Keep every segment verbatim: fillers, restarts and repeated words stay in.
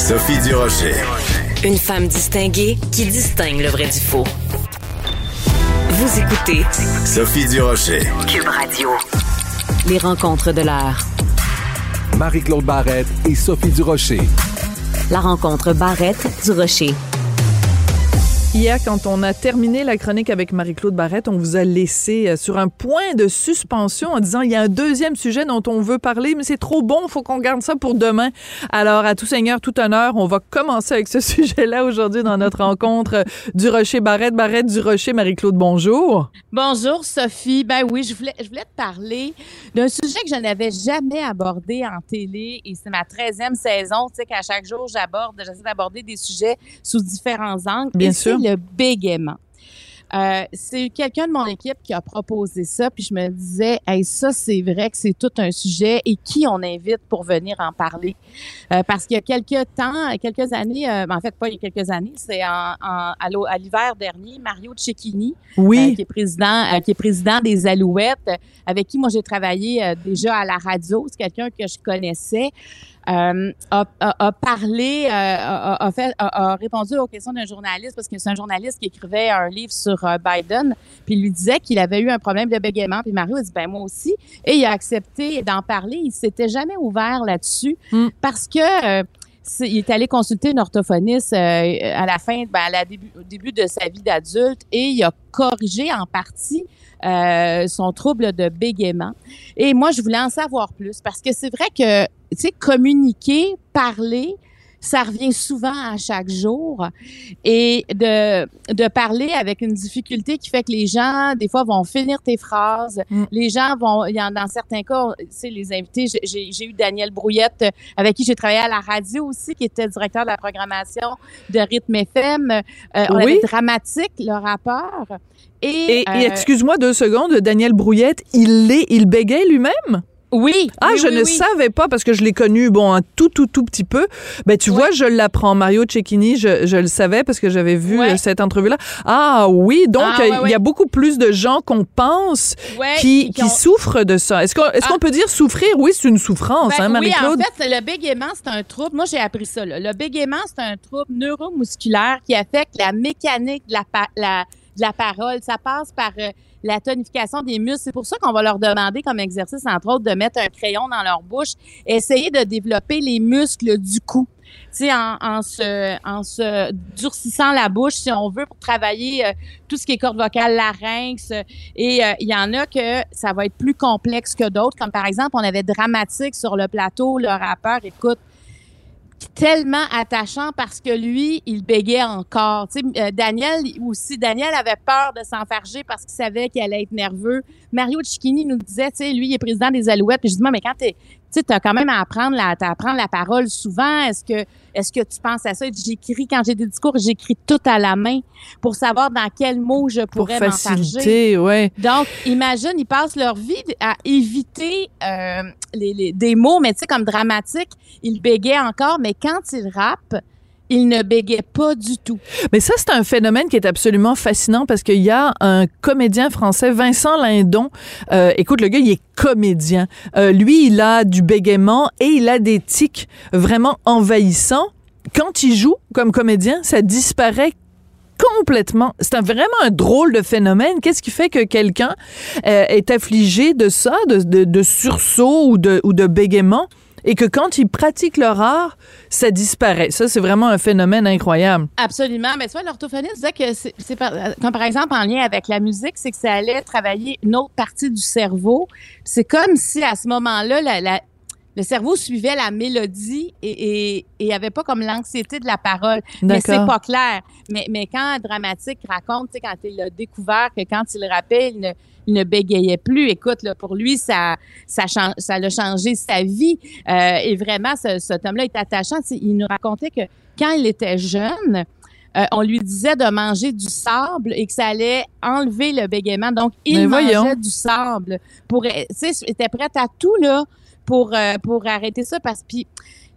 Sophie Durocher. Une femme distinguée qui distingue le vrai du faux. Vous écoutez Sophie Durocher. Cube Radio. Les rencontres de l'heure. Marie-Claude Barrette et Sophie Durocher. La rencontre Barrette-Durocher. Hier, quand on a terminé la chronique avec Marie-Claude Barrette, on vous a laissé sur un point de suspension en disant il y a un deuxième sujet dont on veut parler, mais c'est trop bon, il faut qu'on garde ça pour demain. Alors, à tout seigneur, tout honneur, on va commencer avec ce sujet-là aujourd'hui dans notre rencontre Durocher-Barrette. Barrette-Durocher, Marie-Claude, bonjour. Bonjour, Sophie. Ben oui, je voulais, je voulais te parler d'un sujet que je n'avais jamais abordé en télé et c'est ma treizième saison. Tu sais qu'à chaque jour, j'aborde, j'essaie d'aborder des sujets sous différents angles. Bien et sûr. C'est le bégaiement. Euh, c'est quelqu'un de mon équipe qui a proposé ça, puis je me disais, hey, ça, c'est vrai que c'est tout un sujet et qui on invite pour venir en parler? Euh, parce qu'il y a quelques temps, quelques années, euh, en fait, pas il y a quelques années, c'est en, en, à, à l'hiver dernier, Mario Cecchini, Oui. euh, qui est président, euh, qui est président des Alouettes, euh, avec qui moi j'ai travaillé euh, déjà à la radio, c'est quelqu'un que je connaissais. Euh, a, a, a parlé, euh, a, a, fait, a, a répondu aux questions d'un journaliste parce que c'est un journaliste qui écrivait un livre sur euh, Biden, puis il lui disait qu'il avait eu un problème de bégaiement, puis Mario a dit ben moi aussi, et il a accepté d'en parler. Il s'était jamais ouvert là-dessus mm. parce que euh, c'est, il est allé consulter une orthophoniste euh, à la fin, ben, à la début, au début de sa vie d'adulte, et il a corrigé en partie euh, son trouble de bégaiement. Et moi, je voulais en savoir plus parce que c'est vrai que tu sais, communiquer, parler, ça revient souvent à chaque jour. Et de, de parler avec une difficulté qui fait que les gens, des fois, vont finir tes phrases. Mm. Les gens vont, il y en, dans certains cas, tu sais, les invités, j'ai, j'ai eu Daniel Brouillette, avec qui j'ai travaillé à la radio aussi, qui était directeur de la programmation de Rythme F M. Euh, on oui. avait Dramatique, le rappeur. Et, et, euh, et excuse-moi deux secondes, Daniel Brouillette, il l'est, il bégayait lui-même? Oui. Ah, oui, je oui, ne oui. savais pas parce que je l'ai connu, bon, un tout, tout, tout petit peu. Ben, tu ouais. vois, je l'apprends. Mario Cecchini, je, je le savais parce que j'avais vu ouais. cette entrevue-là. Ah oui, donc ah, ouais, il ouais. y a beaucoup plus de gens qu'on pense ouais, qui, qui, qui ont... souffrent de ça. Est-ce qu'on, est-ce ah. qu'on peut dire souffrir? Oui, c'est une souffrance, ben, hein, Marie-Claude? Oui, en fait, le bégaiement, c'est un trouble. Moi, j'ai appris ça, là. Le bégaiement, c'est un trouble neuromusculaire qui affecte la mécanique de la, la, de la parole. Ça passe par... Euh, la tonification des muscles. C'est pour ça qu'on va leur demander comme exercice, entre autres, de mettre un crayon dans leur bouche et essayer de développer les muscles du cou. Tu sais, en, en, se, en se durcissant la bouche, si on veut, pour travailler euh, tout ce qui est corde vocale, larynx. Euh, et il euh, y en a que ça va être plus complexe que d'autres. Comme par exemple, on avait Dramatique sur le plateau, le rappeur, écoute, tellement attachant parce que lui, il bégait encore. Tu sais, euh, Daniel aussi, Daniel avait peur de s'enfarger parce qu'il savait qu'il allait être nerveux. Mario Cecchini nous disait, tu sais, lui, il est président des Alouettes. Puis je dis, moi, mais quand t'es, tu sais, t'as quand même à apprendre la, t'as à apprendre la parole souvent. Est-ce que, est-ce que tu penses à ça? J'écris, quand j'ai des discours, j'écris tout à la main pour savoir dans quel mot je pourrais pour faciliter, ouais. Donc, imagine, ils passent leur vie à éviter euh, les, les, des mots, mais tu sais, comme Dramatique, ils bégaient encore, mais quand ils rappent, il ne bégait pas du tout. Mais ça, c'est un phénomène qui est absolument fascinant parce qu'il y a un comédien français, Vincent Lindon. Euh, écoute, le gars, il est comédien. Euh, lui, il a du bégaiement et il a des tics vraiment envahissants. Quand il joue comme comédien, ça disparaît complètement. C'est un, vraiment un drôle de phénomène. Qu'est-ce qui fait que quelqu'un euh, est affligé de ça, de, de, de sursaut ou de, ou de bégaiement? Et que quand ils pratiquent leur art, ça disparaît. Ça, c'est vraiment un phénomène incroyable. Absolument. Mais tu vois, l'orthophoniste disait que c'est, c'est par, comme par exemple en lien avec la musique, c'est que ça allait travailler une autre partie du cerveau. C'est comme si à ce moment-là, la, la, le cerveau suivait la mélodie et, et, et avait pas comme l'anxiété de la parole. D'accord. Mais c'est pas clair. Mais, mais quand Dramatique raconte, tu sais, quand il a découvert que quand il rappait, il ne, il ne bégayait plus. Écoute, là, pour lui, ça, ça, change, ça l'a changé sa vie. Euh, et vraiment, ce, cet homme-là est attachant. Tu sais, il nous racontait que quand il était jeune, euh, on lui disait de manger du sable et que ça allait enlever le bégaiement. Donc, il Mais mangeait voyons. du sable. Pour, tu sais, il était prêt à tout, là, pour, euh, pour arrêter ça parce que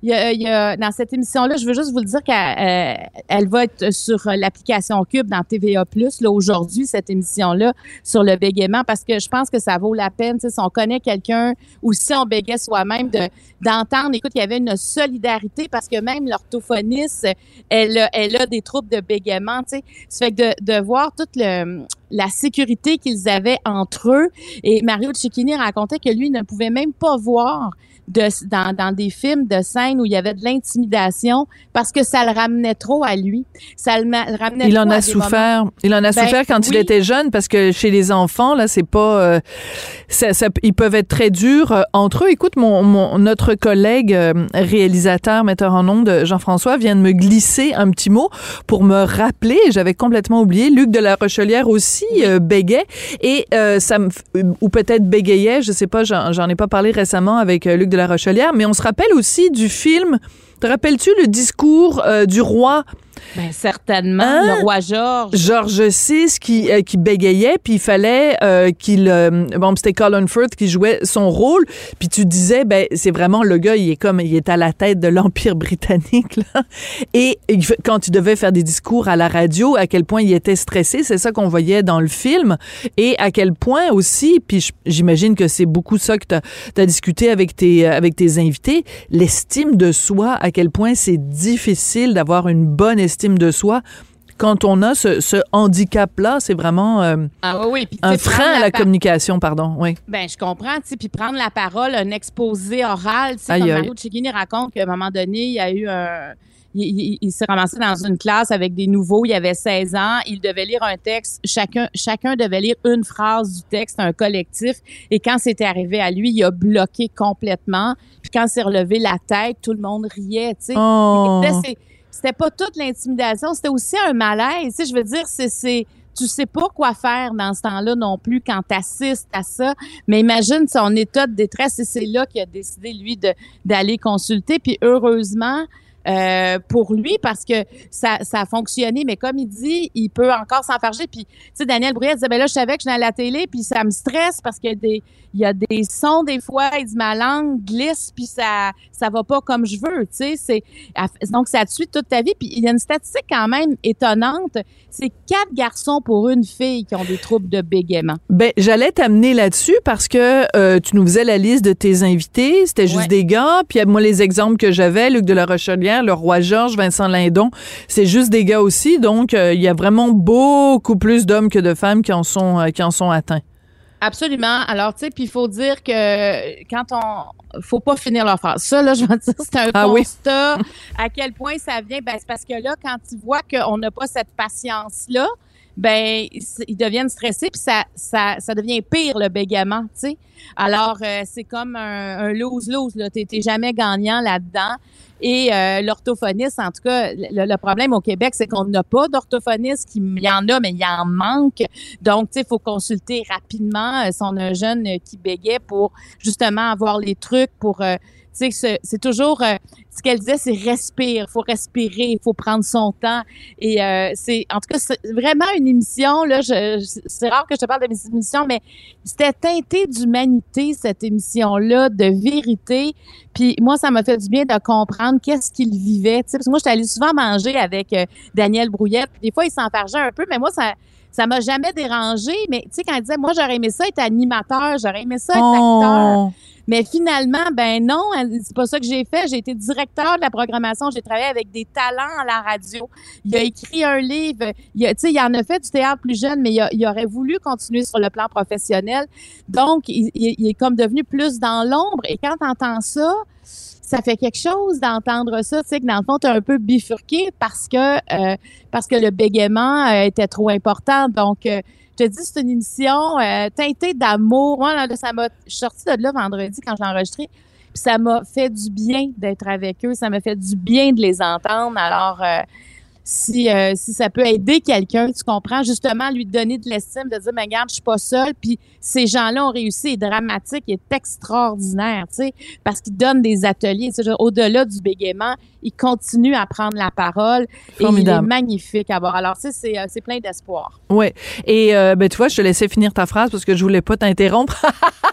il y a, il y a, dans cette émission-là, je veux juste vous le dire qu'elle euh, elle va être sur l'application Cube dans T V A plus, là, aujourd'hui, cette émission-là, sur le bégaiement, parce que je pense que ça vaut la peine, tu sais, si on connaît quelqu'un ou si on bégait soi-même, de, d'entendre, écoute, il y avait une solidarité, parce que même l'orthophoniste, elle, a- elle a des troubles de bégaiement, tu sais. Ça fait que de, de voir toute le, la sécurité qu'ils avaient entre eux, et Mario Cecchini racontait que lui ne pouvait même pas voir de, dans, dans des films de scènes où il y avait de l'intimidation parce que ça le ramenait trop à lui. Ça le, ma- le ramenait Il trop en à a des souffert. moments- Il en a Ben, souffert quand il oui. était jeune parce que chez les enfants, là, c'est pas, euh, ça, ça- ils peuvent être très durs euh, entre eux. Écoute, mon, mon notre collègue euh, réalisateur, metteur en ondes, Jean-François, vient de me glisser un petit mot pour me rappeler. J'avais complètement oublié. Luc de la Rochelière aussi euh, bégait et euh, ça me, f- ou peut-être bégayait. Je sais pas. J'en, j'en ai pas parlé récemment avec euh, Luc de la Rochelière, mais on se rappelle aussi du film. Te rappelles-tu le discours euh, du roi? Ben, certainement. Hein? Le roi Georges. Georges six qui, euh, qui bégayait, puis il fallait euh, qu'il... euh, bon, c'était Colin Firth qui jouait son rôle, puis tu disais, ben c'est vraiment le gars, il est comme, il est à la tête de l'Empire britannique, là. Et, et quand il devait faire des discours à la radio, à quel point il était stressé, c'est ça qu'on voyait dans le film, et à quel point aussi, puis j- j'imagine que c'est beaucoup ça que tu as discuté avec tes, avec tes invités, l'estime de soi, à quel point c'est difficile d'avoir une bonne estime de soi quand on a ce, ce handicap-là. C'est vraiment euh, Ah oui, oui. Puis, tu un sais, frein prendre à la pa- communication, pardon. Oui. Ben, je comprends, tu sais, puis prendre la parole, un exposé oral, tu sais, Aïe, comme aïe. Mario Cecchini raconte qu'à un moment donné, il y a eu un... Il, il- il s'est ramassé dans une classe avec des nouveaux, il avait seize ans, il devait lire un texte, chacun chacun devait lire une phrase du texte, un collectif, et quand c'était arrivé à lui, il a bloqué complètement, puis quand il s'est relevé la tête, tout le monde riait, tu sais. Oh. Là, c'est- c'était pas toute l'intimidation, c'était aussi un malaise. Tu sais, je veux dire, c'est, c'est, tu sais pas quoi faire dans ce temps-là non plus quand t'assistes à ça. Mais imagine son état de détresse, et c'est là qu'il a décidé, lui, de, d'aller consulter. Puis heureusement, euh, pour lui, parce que ça, ça a fonctionné. Mais comme il dit, il peut encore s'enfarger. Puis, tu sais, Daniel Brouillette disait, ben là, je savais que je suis à la télé, puis ça me stresse parce qu'il y a des, il y a des sons, des fois, il dit, ma langue glisse, puis ça, ça va pas comme je veux, tu sais. C'est, donc, ça te suit toute ta vie. Puis, il y a une statistique quand même étonnante. C'est quatre garçons pour une fille qui ont des troubles de bégaiement. Ben, j'allais t'amener là-dessus parce que euh, tu nous faisais la liste de tes invités. C'était juste Ouais. des gars. Puis moi, les exemples que j'avais, Luc de la Rochelière, le roi Georges, Vincent Lindon, c'est juste des gars aussi. Donc, euh, il y a vraiment beaucoup plus d'hommes que de femmes qui en sont, euh, qui en sont atteints. Absolument. Alors, tu sais, puis il faut dire que quand on... faut pas finir leur phrase. Ça, là, je vais te dire, c'est un Ah oui. constat. À quel point ça vient? Ben, c'est parce que là, quand ils voient qu'on n'a pas cette patience-là, ben, c'est- ils deviennent stressés, puis ça, ça, ça devient pire, le bégaiement, tu sais. Alors, euh, c'est comme un, un lose-lose, là. T'es, t'es jamais gagnant là-dedans. Et euh, l'orthophoniste, en tout cas, le, le problème au Québec, c'est qu'on n'a pas d'orthophoniste. Il y en a, mais il en manque. Donc, tu sais, il faut consulter rapidement euh, si on a un jeune euh, qui bégait pour justement avoir les trucs pour... euh, tu sais, c'est- c'est toujours... euh, ce qu'elle disait, c'est respire. Il faut respirer, il faut prendre son temps. Et euh, c'est... En tout cas, c'est vraiment une émission, là. Je, je- c'est rare que je te parle de mes émissions, mais c'était teinté d'humanité, cette émission-là, de vérité. Puis moi, ça m'a fait du bien de comprendre qu'est-ce qu'il vivait. Tu sais, parce que moi, j'étais allée souvent manger avec euh, Daniel Brouillette. Puis des fois, il s'enfargeait un peu, mais moi, ça ça m'a jamais dérangé. Mais tu sais, quand il disait, moi, j'aurais aimé ça être animateur, j'aurais aimé ça être acteur. Oh. Mais finalement, ben non, c'est pas ça que j'ai fait. J'ai été directeur de la programmation. J'ai travaillé avec des talents à la radio. Il a écrit un livre. Il a, tu sais, il en a fait du théâtre plus jeune, mais il, a, il aurait voulu continuer sur le plan professionnel. Donc, il, il- il est comme devenu plus dans l'ombre. Et quand tu entends ça, ça fait quelque chose d'entendre ça, tu sais, que dans le fond, tu es un peu bifurqué parce que euh, parce que le bégaiement euh, était trop important. Donc, euh, je te dis, c'est une émission euh, teintée d'amour. Moi, là, ça m'a, je suis sortie de là vendredi quand je l'ai enregistré. Puis ça m'a fait du bien d'être avec eux. Ça m'a fait du bien de les entendre. Alors, euh, si, euh, si ça peut aider quelqu'un, tu comprends, justement, lui donner de l'estime, de dire, mais regarde, je suis pas seule. Puis ces gens-là ont réussi. Et dramatique, il est extraordinaire, tu sais, parce qu'ils donnent des ateliers. Tu sais, au-delà du bégaiement, ils continuent à prendre la parole. Et il est Formidable. magnifique à voir. Alors, tu sais, c'est, euh, c'est plein d'espoir. Ouais. Et euh, ben tu vois, je te laissais finir ta phrase parce que je voulais pas t'interrompre.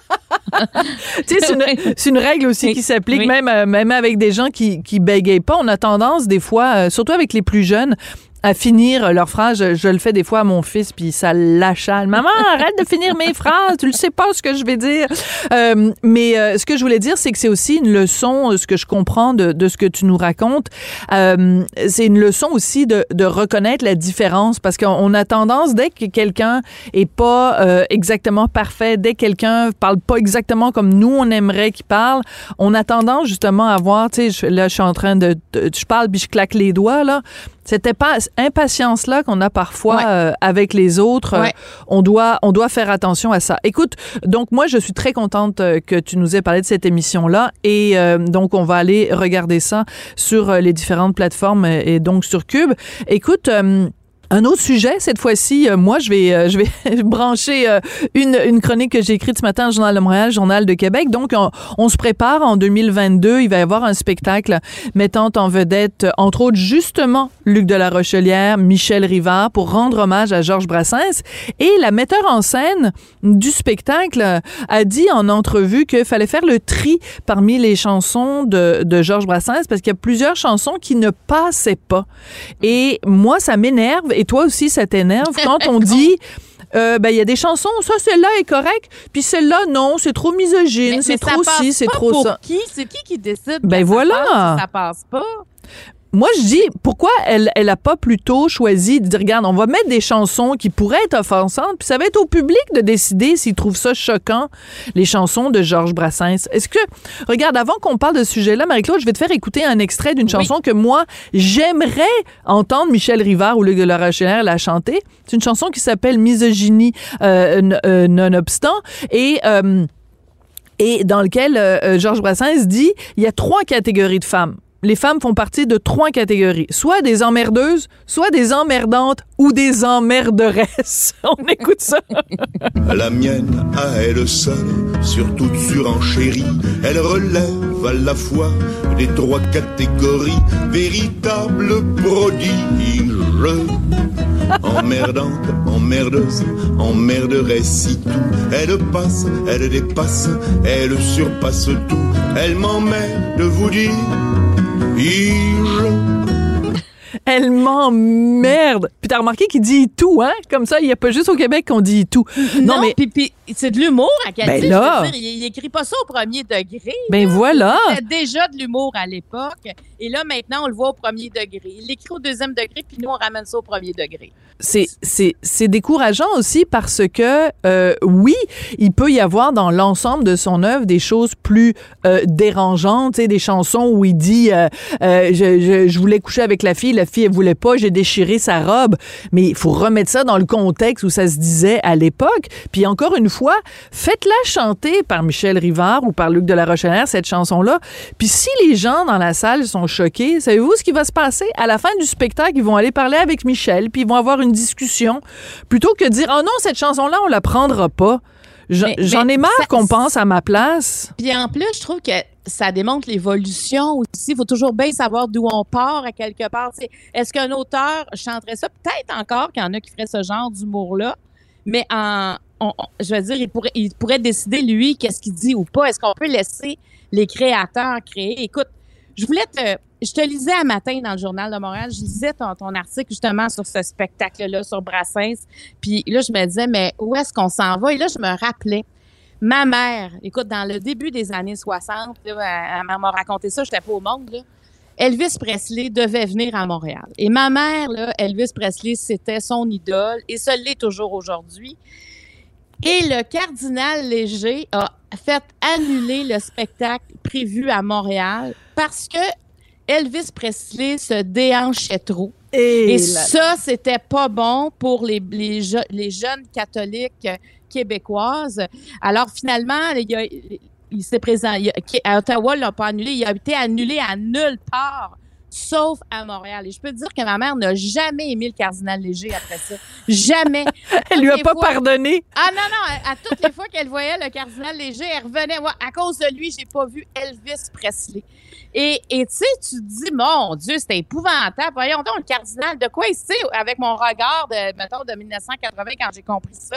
Tu sais, c'est une, c'est une règle aussi Oui. qui s'applique Oui. même, euh, même avec des gens qui, qui bégayent pas. On a tendance, des fois, euh, surtout avec les plus jeunes, à finir leur phrase. Je, je le fais des fois à mon fils, puis ça l'achale. Maman, arrête de finir mes phrases. Tu ne sais pas ce que je vais dire. Euh, mais euh, ce que je voulais dire, c'est que c'est aussi une leçon, ce que je comprends de, de ce que tu nous racontes. Euh, c'est une leçon aussi de, de reconnaître la différence, parce qu'on a tendance, dès que quelqu'un est pas euh, exactement parfait, dès que quelqu'un parle pas exactement comme nous on aimerait qu'il parle, on a tendance justement à voir, tu sais, là je suis en train de, de je parle puis je claque les doigts là. Cette impatience-là qu'on a parfois Ouais. euh, avec les autres, Ouais. euh, on doit, on doit faire attention à ça. Écoute, donc moi, je suis très contente euh, que tu nous aies parlé de cette émission-là et euh, donc on va aller regarder ça sur euh, les différentes plateformes et, et donc sur Cube. Écoute, euh, un autre sujet, cette fois-ci, euh, moi, je vais, euh, je vais brancher euh, une, une chronique que j'ai écrite ce matin au Journal de Montréal, Journal de Québec. Donc, on, on se prépare en deux mille vingt-deux. Il va y avoir un spectacle mettant en vedette, entre autres, justement, Luc de la Rochelière, Michel Rivard, pour rendre hommage à Georges Brassens. Et la metteur en scène du spectacle a dit en entrevue qu'il fallait faire le tri parmi les chansons de, de Georges Brassens parce qu'il y a plusieurs chansons qui ne passaient pas. Et moi, ça m'énerve. Et toi aussi, ça t'énerve quand on dit... Euh, ben, il y a des chansons, ça, celle-là est correcte, puis celle-là, non, c'est trop misogyne, Mais- c'est mais trop ça ci, passe c'est pas trop pour ça. Qui? C'est qui qui décide? Ben que ça voilà. passe ou ça passe pas. Moi, je dis, pourquoi elle elle a pas plutôt choisi de dire, regarde, on va mettre des chansons qui pourraient être offensantes, puis ça va être au public de décider s'il trouve ça choquant, les chansons de Georges Brassens. Est-ce que, regarde, avant qu'on parle de ce sujet-là, Marie-Claude, je vais te faire écouter un extrait d'une chanson Oui. que moi, j'aimerais entendre Michel Rivard ou Luc de la Rochelière la chanter. C'est une chanson qui s'appelle Misogynie euh, n- euh, nonobstant, et... Euh, et dans lequel euh, Georges Brassens dit il y a trois catégories de femmes. Les femmes font partie de trois catégories. Soit des emmerdeuses, soit des emmerdantes ou des emmerderesses. On écoute ça. La mienne, à elle seule, sur toute surenchérie, elle relève à la fois des trois catégories, véritable prodige. Emmerdante, emmerdeuse, emmerderesse, si tout. Elle passe, elle dépasse, elle surpasse tout. Elle m'emmerde, vous dire. Elle m'emmerde. Puis t'as remarqué qu'il dit tout, hein? Comme ça, il n'y a pas juste au Québec qu'on dit tout. Non, mais puis, puis c'est de l'humour à Cathy. Ben je là. veux dire, il, il écrit pas ça au premier degré. Ben voilà. C'était déjà de l'humour à l'époque. Et là, maintenant, on le voit au premier degré. Il l'écrit au deuxième degré, puis nous, on ramène ça au premier degré. C'est, c'est, c'est décourageant aussi parce que, euh, oui, il peut y avoir dans l'ensemble de son œuvre des choses plus euh, dérangeantes, tu sais, des chansons où il dit euh, euh, je, je, je voulais coucher avec la fille, la fille, elle voulait pas, j'ai déchiré sa robe. Mais il faut remettre ça dans le contexte où ça se disait à l'époque. Puis encore une fois, faites-la chanter par Michel Rivard ou par Luc de la Rochelière, cette chanson-là. Puis si les gens dans la salle sont choqués, savez-vous ce qui va se passer? À la fin du spectacle, ils vont aller parler avec Michel, puis ils vont avoir une discussion, plutôt que de dire « Oh non, cette chanson-là, on la prendra pas. » J'en Mais- j'en mais ai marre ça- qu'on pense à ma place. Puis en plus, je trouve que ça démontre l'évolution aussi. Il faut toujours bien savoir d'où on part à quelque part. Tu sais, est-ce qu'un auteur chanterait ça? Peut-être encore qu'il y en a qui feraient ce genre d'humour-là, mais en, on- on- je veux dire, il pourrait, il pourrait décider, lui, qu'est-ce qu'il dit ou pas. Est-ce qu'on peut laisser les créateurs créer? Écoute, je voulais te... Je te lisais un matin dans le Journal de Montréal, je lisais ton, ton article justement sur ce spectacle-là, sur Brassens. Puis là, je me disais, mais où est-ce qu'on s'en va? Et là, je me rappelais, ma mère, écoute, dans le début des années soixante, là, elle, elle m'a raconté ça, j'étais pas au monde, là. Elvis Presley devait venir à Montréal. Et ma mère, là, Elvis Presley, c'était son idole et ça l'est toujours aujourd'hui. Et le cardinal Léger a fait annuler le spectacle prévu à Montréal parce que Elvis Presley se déhanchait trop. Et, Et là, ça, c'était pas bon pour les, les, je, les jeunes catholiques québécoises. Alors, finalement, il, y a, il s'est présent. Il y a, à Ottawa, ils l'ont pas annulé. Il a été annulé à nulle part, sauf à Montréal. Et je peux te dire que ma mère n'a jamais aimé le cardinal Léger après ça. Jamais. elle lui a Toutes pas les fois- pardonné. Ah non, non, à, à toutes les fois qu'elle voyait le cardinal Léger, elle revenait. Ouais, à cause de lui, j'ai pas vu Elvis Presley. Et et tu sais, tu te dis, mon Dieu, c'était épouvantable. Voyons donc, le cardinal, de quoi il sait, avec mon regard de, mettons, de mille neuf cent quatre-vingts, quand j'ai compris ça.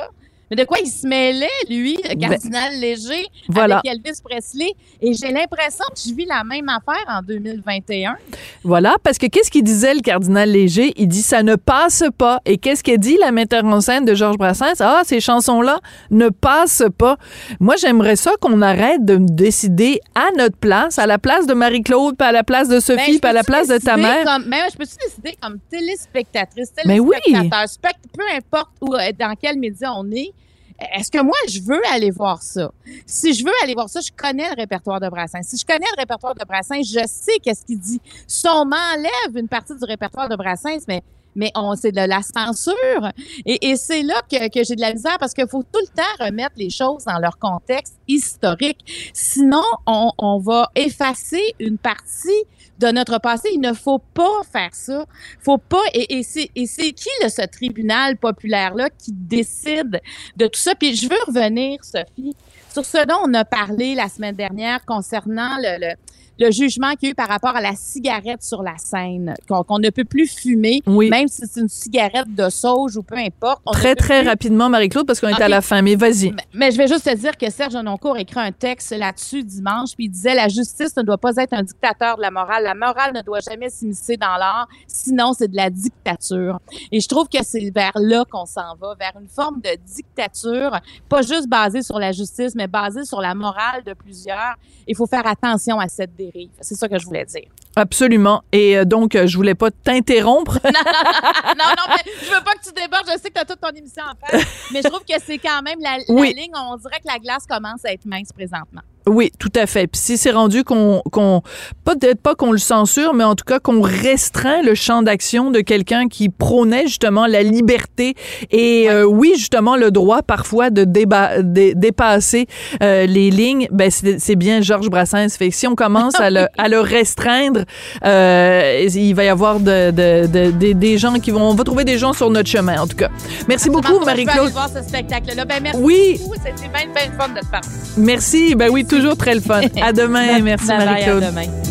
Mais de quoi il se mêlait, lui, le cardinal ben, Léger, voilà. avec Elvis Presley? Et j'ai l'impression que je vis la même affaire en deux mille vingt et un. Voilà, parce que qu'est-ce qu'il disait, le cardinal Léger? Il dit « ça ne passe pas ». Et qu'est-ce qu'il dit, la metteur en scène de Georges Brassens? Ah, ces chansons-là ne passent pas. Moi, j'aimerais ça qu'on arrête de me décider à notre place, à la place de Marie-Claude, puis à la place de Sophie, ben, puis à la place de ta mère. Comme, ben, je peux-tu décider comme téléspectatrice, téléspectateur, oui. peu importe où, dans quel média on est, est-ce que moi, je veux aller voir ça? Si je veux aller voir ça, je connais le répertoire de Brassens. Si je connais le répertoire de Brassens, je sais qu'est-ce qu'il dit. Si on m'enlève une partie du répertoire de Brassens, mais mais on c'est de la censure. Et, et c'est là que, que j'ai de la misère parce qu'il faut tout le temps remettre les choses dans leur contexte historique. Sinon, on, on va effacer une partie de notre passé. Il ne faut pas faire ça. Faut pas. Et, et c'est, et c'est qui, là, ce tribunal populaire-là, qui décide de tout ça? Puis je veux revenir, Sophie, sur ce dont on a parlé la semaine dernière concernant le, le le jugement qu'il y a eu par rapport à la cigarette sur la scène, qu'on, qu'on ne peut plus fumer, oui. même si c'est une cigarette de sauge ou peu importe. On très, très plus... rapidement, Marie-Claude, parce qu'on okay. est à la fin, mais vas-y. Mais, mais je vais juste te dire que Serge Hononcourt a écrit un texte là-dessus dimanche, puis il disait « La justice ne doit pas être un dictateur de la morale. La morale ne doit jamais s'immiscer dans l'art, sinon c'est de la dictature. » Et je trouve que c'est vers là qu'on s'en va, vers une forme de dictature, pas juste basée sur la justice, mais basée sur la morale de plusieurs. Il faut faire attention à cette dérive. C'est ça que je voulais dire. Absolument. Et euh, donc, euh, je voulais pas t'interrompre. non, non, non, mais je veux pas que tu débordes. Je sais que tu as toute ton émission en face. Mais je trouve que c'est quand même la, oui. la ligne. On dirait que la glace commence à être mince présentement. Oui, tout à fait. Puis si c'est rendu qu'on, qu'on peut-être pas qu'on le censure, mais en tout cas qu'on restreint le champ d'action de quelqu'un qui prônait justement la liberté et ouais. euh, oui, justement le droit parfois de déba- dé- dépasser euh, les lignes, ben c'est, c'est bien Georges Brassens. Fait que si on commence à le, à le restreindre, euh, il va y avoir de, de, de, de, des gens qui vont, on va trouver des gens sur notre chemin en tout cas. Merci Absolument, beaucoup, Marie-Claude. Je vais aller voir ce spectacle-là. Ben merci oui. beaucoup. C'était bien, bien fun de te parler. Merci. Ben oui, toujours très le fun. À demain. Merci, Marie-Claude. À demain.